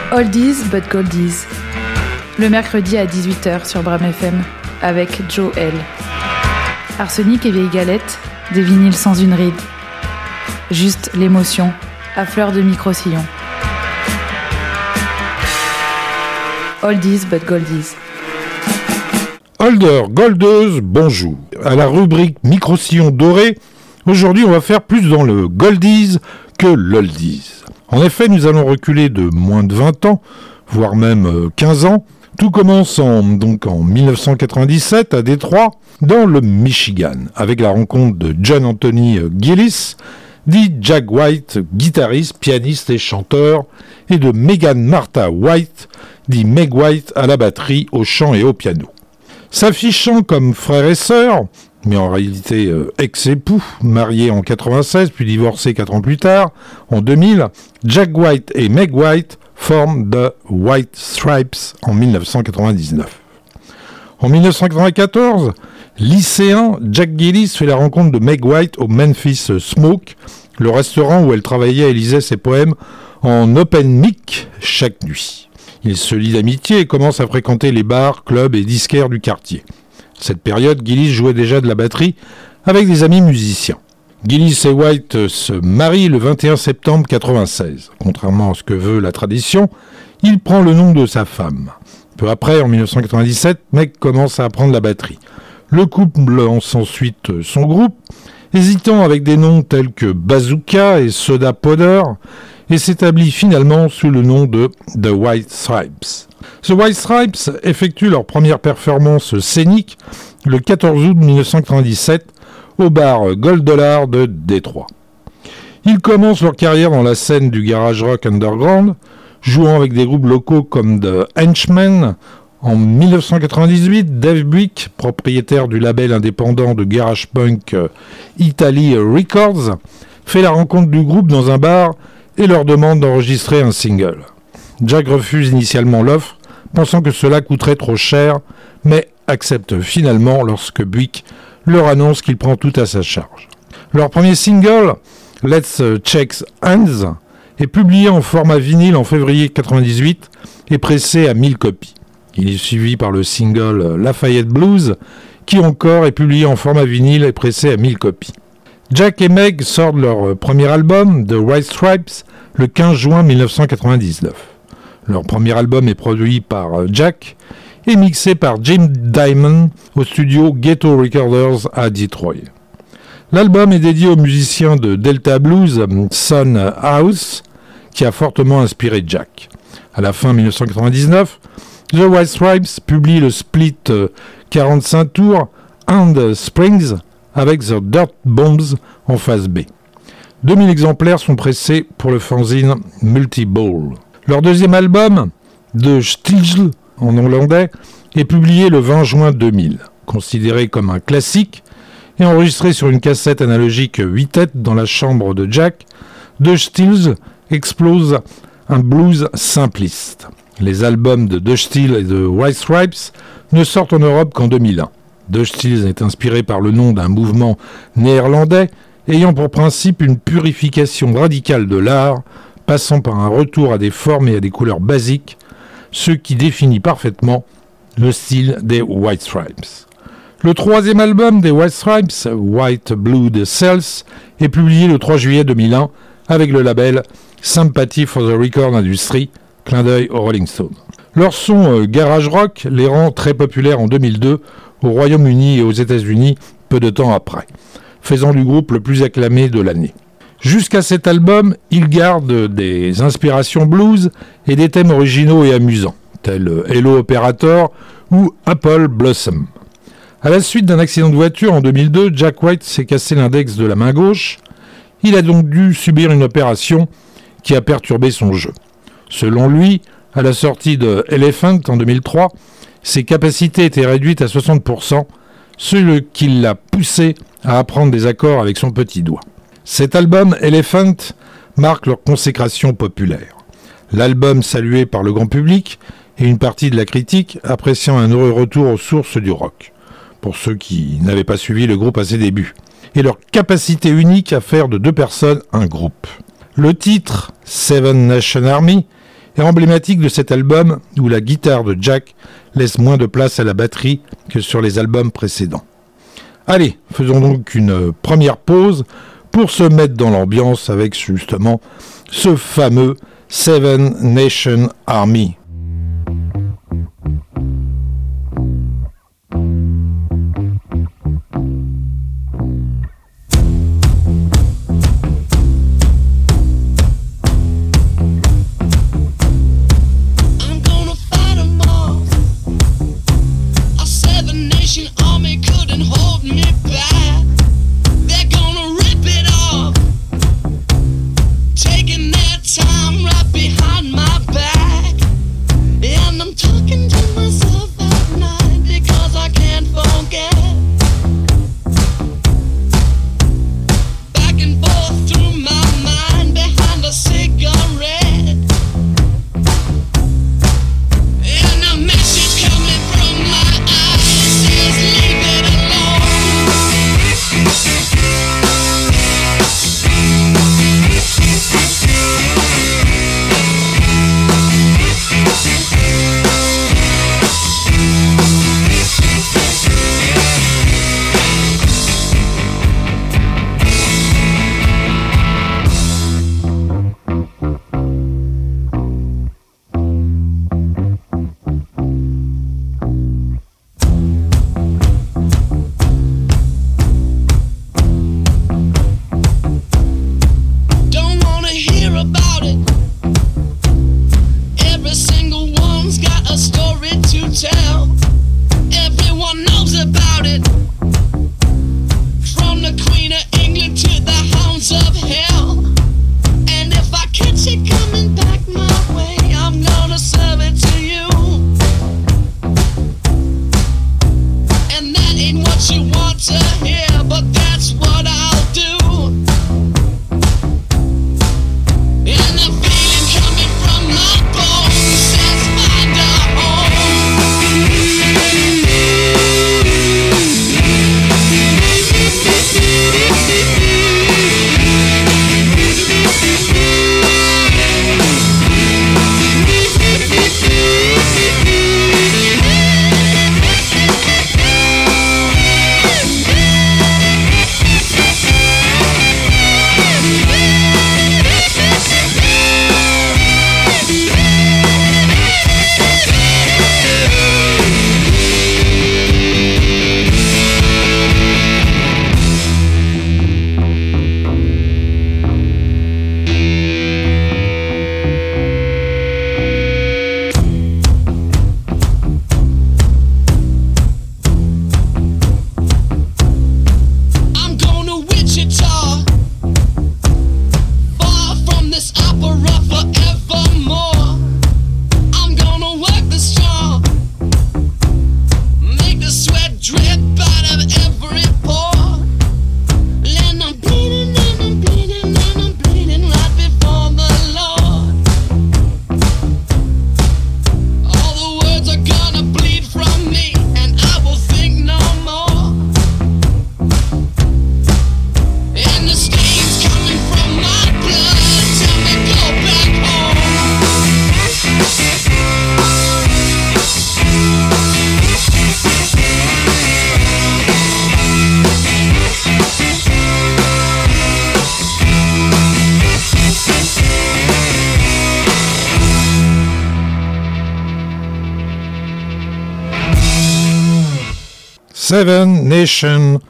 Oldies but Goldies. Le mercredi à 18h sur Bram FM avec Joe L. Arsenic et vieilles galettes, des vinyles sans une ride. Juste l'émotion, à fleur de micro-sillon. Oldies but Goldies. Holder, goldeuse, bonjour. À la rubrique micro-sillon doré, aujourd'hui on va faire plus dans le goldies que l'oldies. En effet, nous allons reculer de moins de 20 ans, voire même 15 ans. Tout commence en 1997 à Détroit, dans le Michigan, avec la rencontre de John Anthony Gillis, dit Jack White, guitariste, pianiste et chanteur, et de Megan Martha White, dit Meg White, à la batterie, au chant et au piano. S'affichant comme frères et sœurs, mais en réalité ex-époux, mariés en 96 puis divorcés 4 ans plus tard, en 2000, Jack White et Meg White forment The White Stripes en 1999. En 1994, lycéen, Jack Gillis fait la rencontre de Meg White au Memphis Smoke, le restaurant où elle travaillait et lisait ses poèmes en open mic chaque nuit. Il se lie d'amitié et commence à fréquenter les bars, clubs et disquaires du quartier. Cette période, Gillis jouait déjà de la batterie avec des amis musiciens. Gillis et White se marient le 21 septembre 1996. Contrairement à ce que veut la tradition, il prend le nom de sa femme. Peu après, en 1997, Meg commence à apprendre la batterie. Le couple lance ensuite son groupe, hésitant avec des noms tels que Bazooka et Soda Powder, et s'établit finalement sous le nom de The White Stripes. The White Stripes effectuent leur première performance scénique le 14 août 1997 au bar Gold Dollar de Détroit. Ils commencent leur carrière dans la scène du garage rock underground, jouant avec des groupes locaux comme The Henchmen. En 1998, Dave Buick, propriétaire du label indépendant de garage punk Italy Records, fait la rencontre du groupe dans un bar et leur demande d'enregistrer un single. Jack refuse initialement l'offre, pensant que cela coûterait trop cher, mais accepte finalement lorsque Buick leur annonce qu'il prend tout à sa charge. Leur premier single, Let's Shake Hands, est publié en format vinyle en février 1998 et pressé à 1000 copies. Il est suivi par le single Lafayette Blues, qui encore est publié en format vinyle et pressé à 1000 copies. Jack et Meg sortent leur premier album, The White Stripes, le 15 juin 1999. Leur premier album est produit par Jack et mixé par Jim Diamond au studio Ghetto Recorders à Detroit. L'album est dédié au musicien de Delta Blues, Son House, qui a fortement inspiré Jack. À la fin 1999, The White Stripes publie le split 45 tours And Springs avec The Dirt Bombs en face B. 2000 exemplaires sont pressés pour le fanzine Multiball. Leur deuxième album, De Stil en hollandais, est publié le 20 juin 2000. Considéré comme un classique et enregistré sur une cassette analogique 8 têtes dans la chambre de Jack, De Stil explose un blues simpliste. Les albums de Stil et de White Stripes ne sortent en Europe qu'en 2001. Stil est inspiré par le nom d'un mouvement néerlandais ayant pour principe une purification radicale de l'art, passant par un retour à des formes et à des couleurs basiques, ce qui définit parfaitement le style des White Stripes. Le troisième album des White Stripes, White Blood Cells, est publié le 3 juillet 2001 avec le label Sympathy for the Record Industry, clin d'œil au Rolling Stone. Leur son garage rock les rend très populaires en 2002 au Royaume-Uni et aux États-Unis peu de temps après, faisant du groupe le plus acclamé de l'année. Jusqu'à cet album, ils gardent des inspirations blues et des thèmes originaux et amusants, tels Hello Operator ou Apple Blossom. À la suite d'un accident de voiture en 2002, Jack White s'est cassé l'index de la main gauche. Il a donc dû subir une opération qui a perturbé son jeu. Selon lui, à la sortie de Elephant en 2003, ses capacités étaient réduites à 60%, ce qui l'a poussé à apprendre des accords avec son petit doigt. Cet album, Elephant, marque leur consécration populaire. L'album salué par le grand public et une partie de la critique appréciant un heureux retour aux sources du rock, pour ceux qui n'avaient pas suivi le groupe à ses débuts, et leur capacité unique à faire de deux personnes un groupe. Le titre, Seven Nation Army, est emblématique de cet album où la guitare de Jack laisse moins de place à la batterie que sur les albums précédents. Allez, faisons donc une première pause pour se mettre dans l'ambiance avec justement ce fameux Seven Nation Army. Seven Nation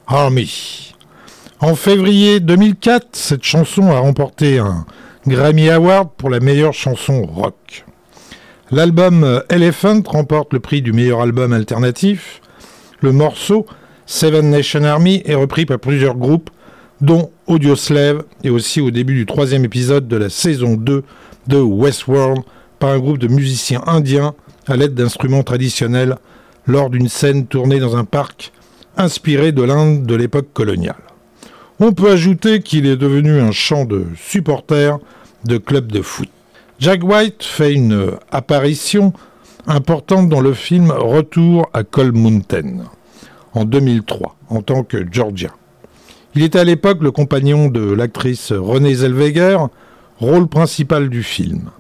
Army. En février 2004, cette chanson a remporté un Grammy Award pour la meilleure chanson rock. L'album Elephant remporte le prix du meilleur album alternatif. Le morceau Seven Nation Army est repris par plusieurs groupes, dont Audioslave, et aussi au début du 3e épisode de la saison 2 de Westworld par un groupe de musiciens indiens à l'aide d'instruments traditionnels lors d'une scène tournée dans un parc inspiré de l'Inde de l'époque coloniale. On peut ajouter qu'il est devenu un chant de supporters de clubs de foot. Jack White fait une apparition importante dans le film Retour à Cold Mountain en 2003 en tant que Georgia. Il était à l'époque le compagnon de l'actrice Renée Zellweger, rôle principal du film.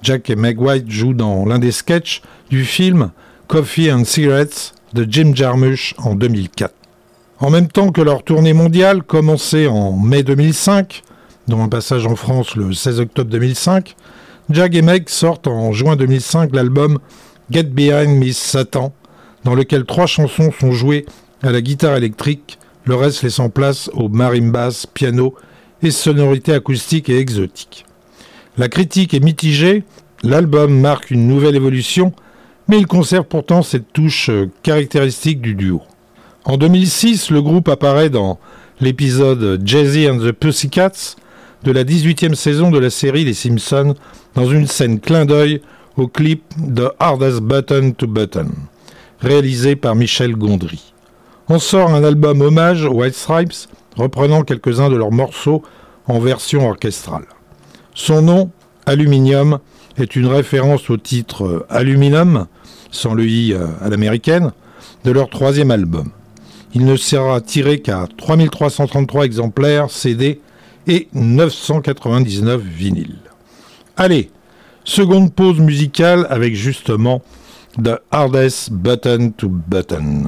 Jack et Meg White jouent dans l'un des sketchs du film Coffee and Cigarettes de Jim Jarmusch en 2004. En même temps que leur tournée mondiale, commencée en mai 2005, dont un passage en France le 16 octobre 2005, Jack et Meg sortent en juin 2005 l'album Get Behind Miss Satan, dans lequel 3 chansons sont jouées à la guitare électrique, le reste laissant place aux marimbas, piano et sonorités acoustiques et exotiques. La critique est mitigée, l'album marque une nouvelle évolution, mais il conserve pourtant cette touche caractéristique du duo. En 2006, le groupe apparaît dans l'épisode Jay-Z and the Pussycats de la 18e saison de la série Les Simpsons, dans une scène clin d'œil au clip The Hardest Button to Button, réalisé par Michel Gondry. On sort un album hommage aux White Stripes, reprenant quelques-uns de leurs morceaux en version orchestrale. Son nom, Aluminium, est une référence au titre Aluminum, sans le i à l'américaine, de leur 3e album. Il ne sera tiré qu'à 3333 exemplaires CD et 999 vinyles. Allez, seconde pause musicale avec justement The Hardest Button to Button.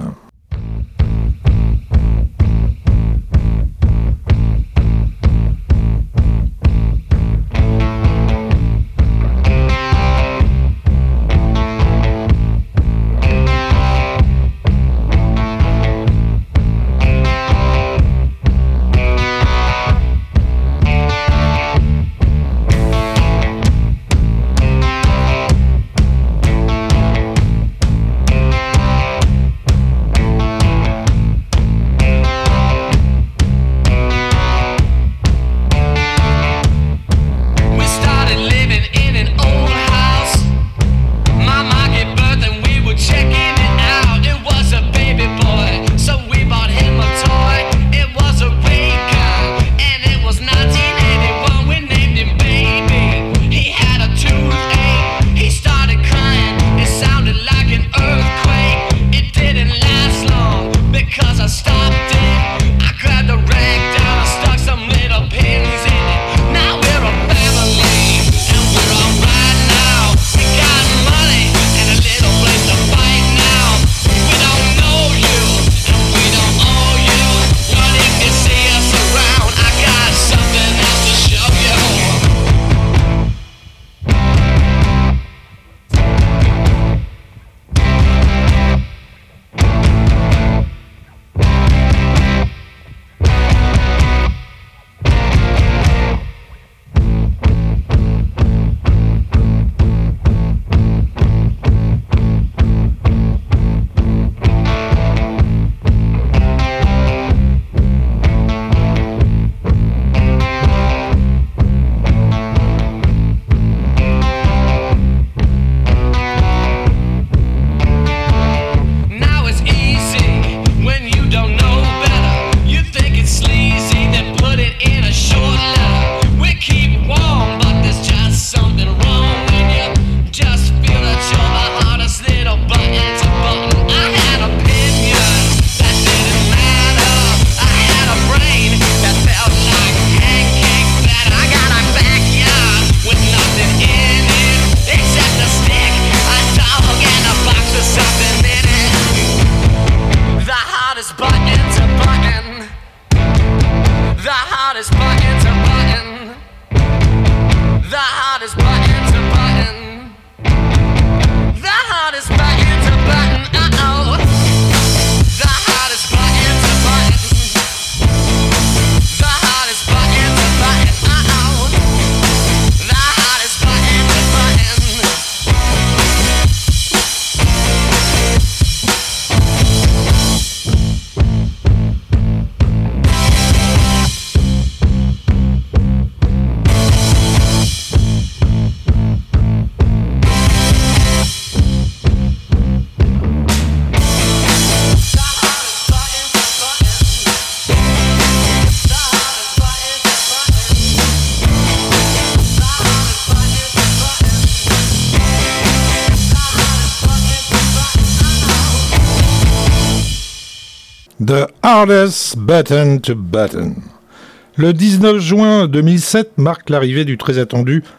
The Hardest Button to Button. Le 19 juin 2007 marque l'arrivée du très attendu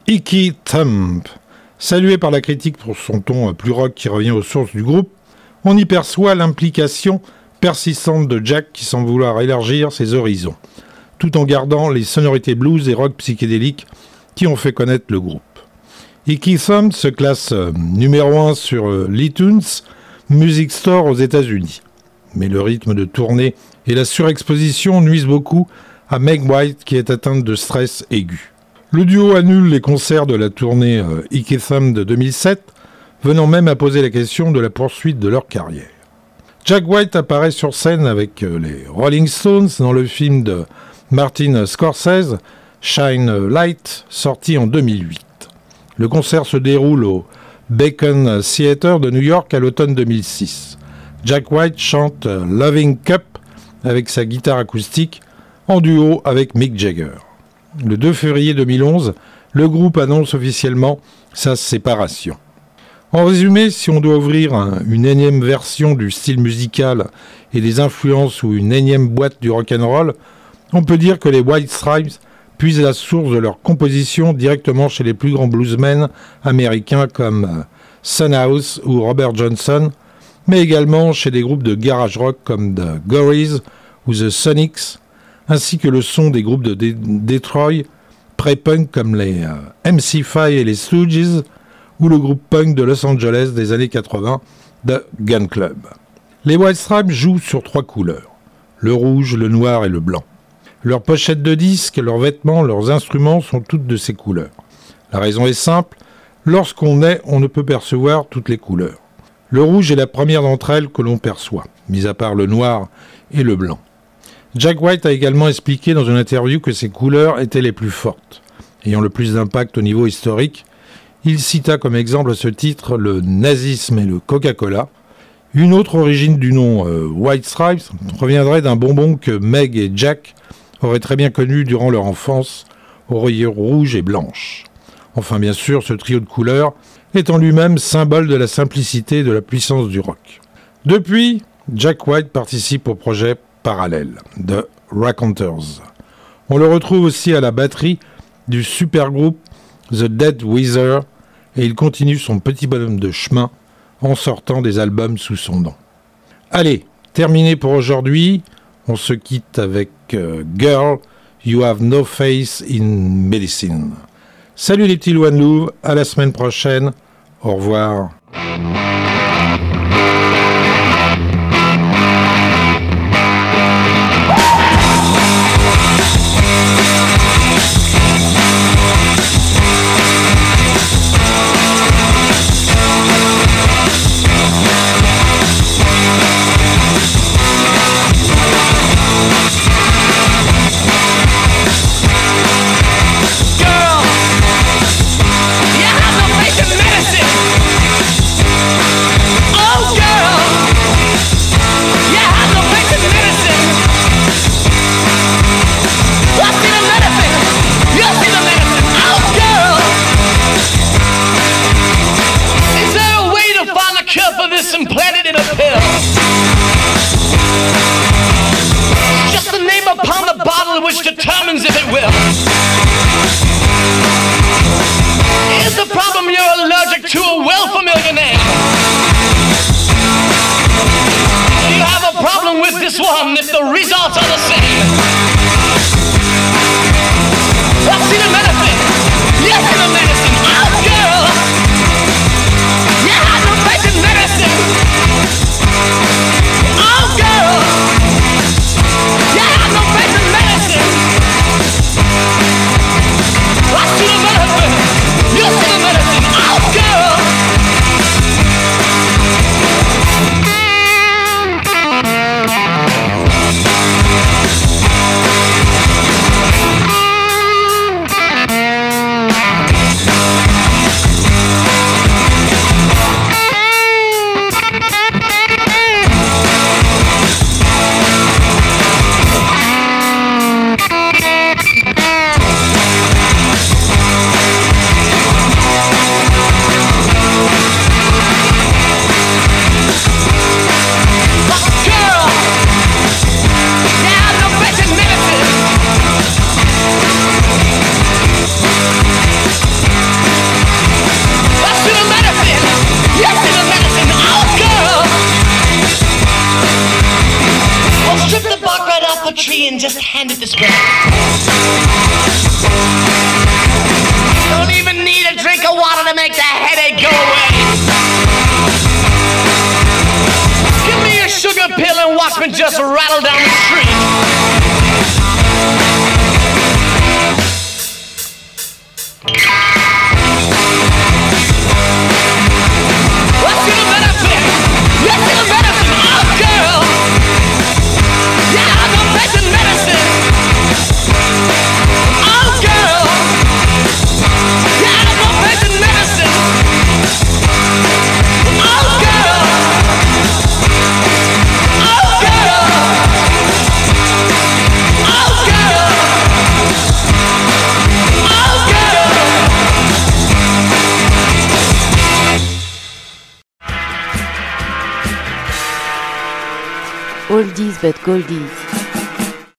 Icky Thump. Salué par la critique pour son ton plus rock qui revient aux sources du groupe, on y perçoit l'implication persistante de Jack qui semble vouloir élargir ses horizons, tout en gardant les sonorités blues et rock psychédéliques qui ont fait connaître le groupe. Icky Thump se classe numéro 1 sur l'iTunes Music Store aux États-Unis. Mais le rythme de tournée et la surexposition nuisent beaucoup à Meg White qui est atteinte de stress aigu. Le duo annule les concerts de la tournée Icky Thump de 2007, venant même à poser la question de la poursuite de leur carrière. Jack White apparaît sur scène avec les Rolling Stones dans le film de Martin Scorsese, Shine Light, sorti en 2008. Le concert se déroule au Bacon Theatre de New York à l'automne 2006. Jack White chante Loving Cup avec sa guitare acoustique en duo avec Mick Jagger. Le 2 février 2011, le groupe annonce officiellement sa séparation. En résumé, si on doit ouvrir une énième version du style musical et des influences ou une énième boîte du rock'n'roll, on peut dire que les White Stripes puisent la source de leur composition directement chez les plus grands bluesmen américains comme Son House ou Robert Johnson, mais également chez des groupes de garage rock comme The Gories ou The Sonics, ainsi que le son des groupes de Detroit, pré-punk comme les MC5 et les Stooges, ou le groupe punk de Los Angeles des années 80, The Gun Club. Les White Stripes jouent sur 3 couleurs, le rouge, le noir et le blanc. Leurs pochettes de disques, leurs vêtements, leurs instruments sont toutes de ces couleurs. La raison est simple, lorsqu'on est, on ne peut percevoir toutes les couleurs. Le rouge est la première d'entre elles que l'on perçoit, mis à part le noir et le blanc. Jack White a également expliqué dans une interview que ces couleurs étaient les plus fortes. Ayant le plus d'impact au niveau historique, il cita comme exemple à ce titre le nazisme et le Coca-Cola. Une autre origine du nom White Stripes reviendrait d'un bonbon que Meg et Jack auraient très bien connu durant leur enfance, aux rayures rouges et blanches. Enfin bien sûr, ce trio de couleurs est en lui-même symbole de la simplicité et de la puissance du rock. Depuis, Jack White participe au projet parallèle, The Raconteurs. On le retrouve aussi à la batterie du super groupe The Dead Weather et il continue son petit bonhomme de chemin en sortant des albums sous son nom. Allez, terminé pour aujourd'hui, on se quitte avec Girl, You Have No Faith in Medicine. Salut les petits Louanlouves, à la semaine prochaine, au revoir. Which determines if it will. Is the problem you're allergic to a well-familiar name? Do you have a problem with this one if the results are the same? What's in the medicine? Yes, in the medicine. Oh, girl! You have no faith in medicine. Oh, girl! You have no faith in medicine. What's in the medicine? Yes, in the medicine. Oh, girl! tea and just hand it this way. Don't even need a drink of water to make the headache go away. Give me a sugar pill and watch me just rattle down the street. What's the benefit? What's the benefit? Oh, girl. Yeah, I'm a medicine. Oh, girl. Yeah, I'm a medicine. Oh, girl. Oh, girl. Oh, girl. Oh, girl. Oldies but goldies.